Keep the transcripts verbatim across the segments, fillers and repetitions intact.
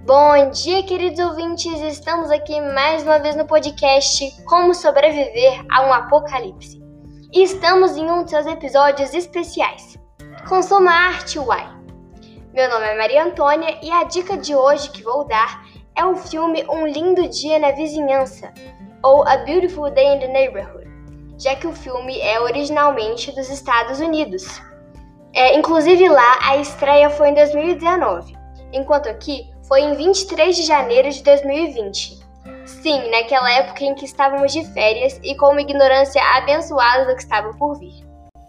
Bom dia, queridos ouvintes! Estamos aqui mais uma vez no podcast Como Sobreviver a um Apocalipse. E estamos em um de seus episódios especiais, Consuma Arte Uai. Meu nome é Maria Antônia e a dica de hoje que vou dar é o filme Um Lindo Dia na Vizinhança, ou A Beautiful Day in the Neighborhood, já que o filme é originalmente dos Estados Unidos. É, inclusive lá a estreia foi em dois mil e dezenove, enquanto aqui foi em vinte e três de janeiro de dois mil e vinte. Sim, naquela época em que estávamos de férias e com uma ignorância abençoada do que estava por vir.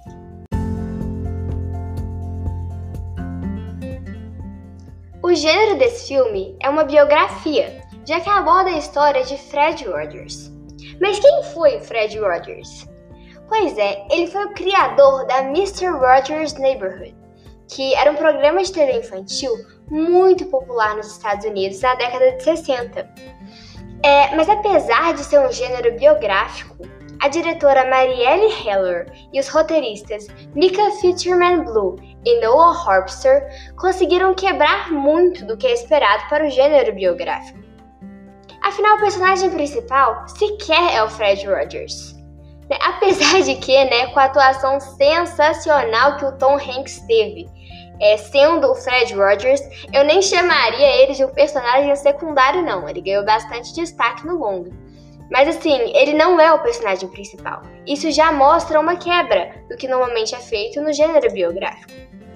O gênero desse filme é uma biografia, já que aborda a história de Fred Rogers. Mas quem foi Fred Rogers? Pois é, ele foi o criador da mister Rogers' Neighborhood, que era um programa de T V infantil muito popular nos Estados Unidos na década de sessenta. É, mas apesar de ser um gênero biográfico, a diretora Marielle Heller e os roteiristas Mika Futterman-Blue e Noah Harpster conseguiram quebrar muito do que é esperado para o gênero biográfico. Afinal, o personagem principal sequer é o Fred Rogers. Apesar de que, né, com a atuação sensacional que o Tom Hanks teve, é, sendo o Fred Rogers, eu nem chamaria ele de um personagem secundário não, ele ganhou bastante destaque no longa. Mas assim, ele não é o personagem principal. Isso já mostra uma quebra do que normalmente é feito no gênero biográfico.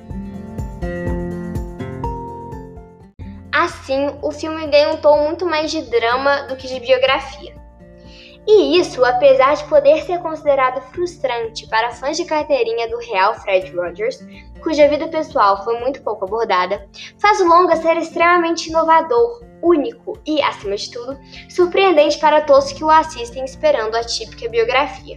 Assim, o filme ganha um tom muito mais de drama do que de biografia. E isso, apesar de poder ser considerado frustrante para fãs de carteirinha do real Fred Rogers, cuja vida pessoal foi muito pouco abordada, faz o longa ser extremamente inovador, único e, acima de tudo, surpreendente para todos que o assistem esperando a típica biografia.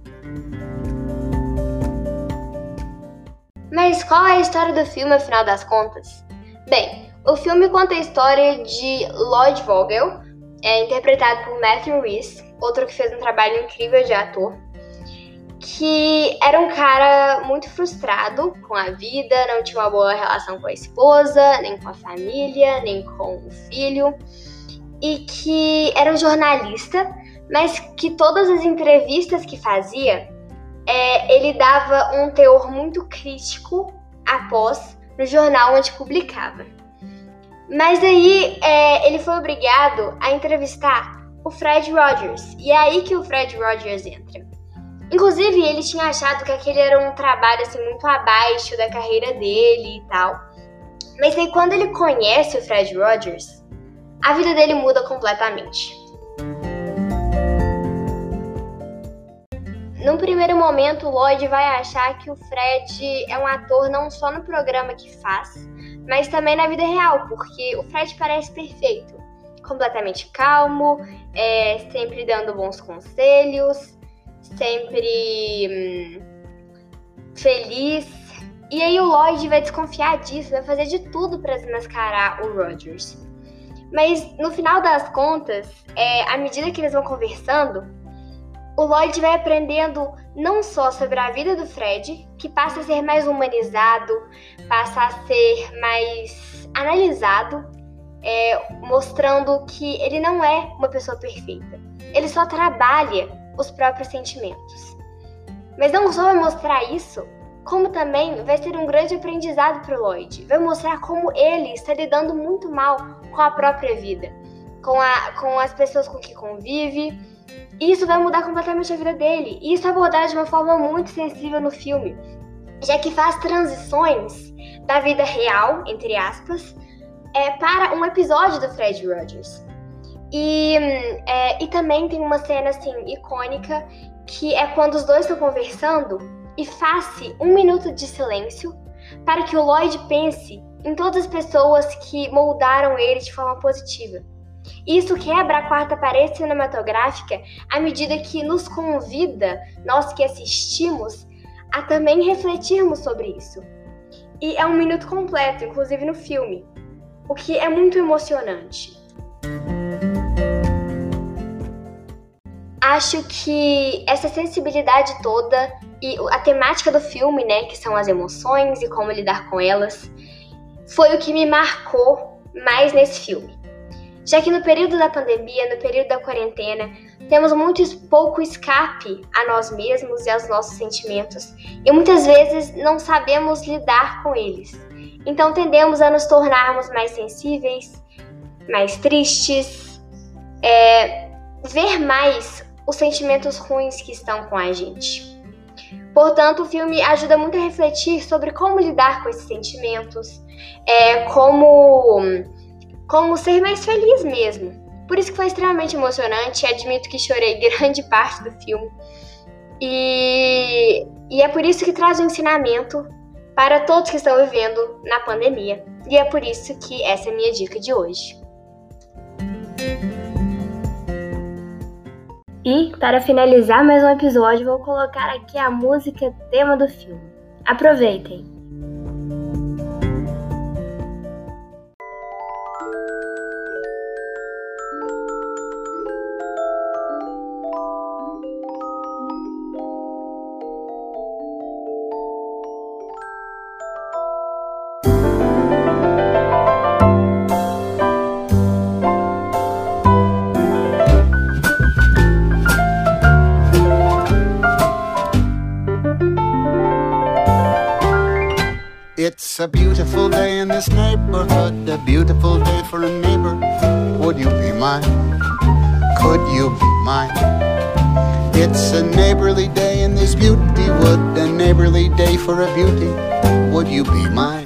Mas qual é a história do filme, afinal das contas? Bem, o filme conta a história de Lloyd Vogel, é interpretado por Matthew Rhys, outro que fez um trabalho incrível de ator, que era um cara muito frustrado com a vida, não tinha uma boa relação com a esposa, nem com a família, nem com o filho, e que era um jornalista, mas que todas as entrevistas que fazia, é, ele dava um teor muito crítico após no jornal onde publicava. Mas aí é, ele foi obrigado a entrevistar o Fred Rogers, e é aí que o Fred Rogers entra. Inclusive, ele tinha achado que aquele era um trabalho assim, muito abaixo da carreira dele e tal. Mas aí quando ele conhece o Fred Rogers, a vida dele muda completamente. Num primeiro momento, o Lloyd vai achar que o Fred é um ator não só no programa que faz, mas também na vida real, porque o Fred parece perfeito, completamente calmo, é, sempre dando bons conselhos, sempre hum, feliz. E aí o Lloyd vai desconfiar disso, vai fazer de tudo para desmascarar o Rogers. Mas no final das contas, é, à medida que eles vão conversando, o Lloyd vai aprendendo não só sobre a vida do Fred, que passa a ser mais humanizado, passa a ser mais analisado, é, mostrando que ele não é uma pessoa perfeita. Ele só trabalha os próprios sentimentos. Mas não só vai mostrar isso, como também vai ser um grande aprendizado para o Lloyd. Vai mostrar como ele está lidando muito mal com a própria vida, com, a, com as pessoas com que convive. E isso vai mudar completamente a vida dele. E isso é abordado de uma forma muito sensível no filme, já que faz transições da vida real, entre aspas, é, para um episódio do Fred Rogers. E, é, e também tem uma cena assim, icônica, que é quando os dois estão conversando e faz-se um minuto de silêncio para que o Lloyd pense em todas as pessoas que moldaram ele de forma positiva. Isso quebra a quarta parede cinematográfica à medida que nos convida, nós que assistimos, a também refletirmos sobre isso. E é um minuto completo, inclusive no filme, o que é muito emocionante. Acho que essa sensibilidade toda e a temática do filme, né, que são as emoções e como lidar com elas, foi o que me marcou mais nesse filme. Já que no período da pandemia, no período da quarentena, temos muito pouco escape a nós mesmos e aos nossos sentimentos, e muitas vezes não sabemos lidar com eles. Então tendemos a nos tornarmos mais sensíveis, mais tristes, é, ver mais os sentimentos ruins que estão com a gente. Portanto, o filme ajuda muito a refletir sobre como lidar com esses sentimentos, é, como, como ser mais feliz mesmo. Por isso que foi extremamente emocionante, admito que chorei grande parte do filme. E, e é por isso que traz um ensinamento para todos que estão vivendo na pandemia. E é por isso que essa é a minha dica de hoje. E, para finalizar mais um episódio, vou colocar aqui a música tema do filme. Aproveitem! It's a beautiful day in this neighborhood, a beautiful day for a neighbor. Would you be mine? Could you be mine? It's a neighborly day in this beauty wood, a neighborly day for a beauty. Would you be mine?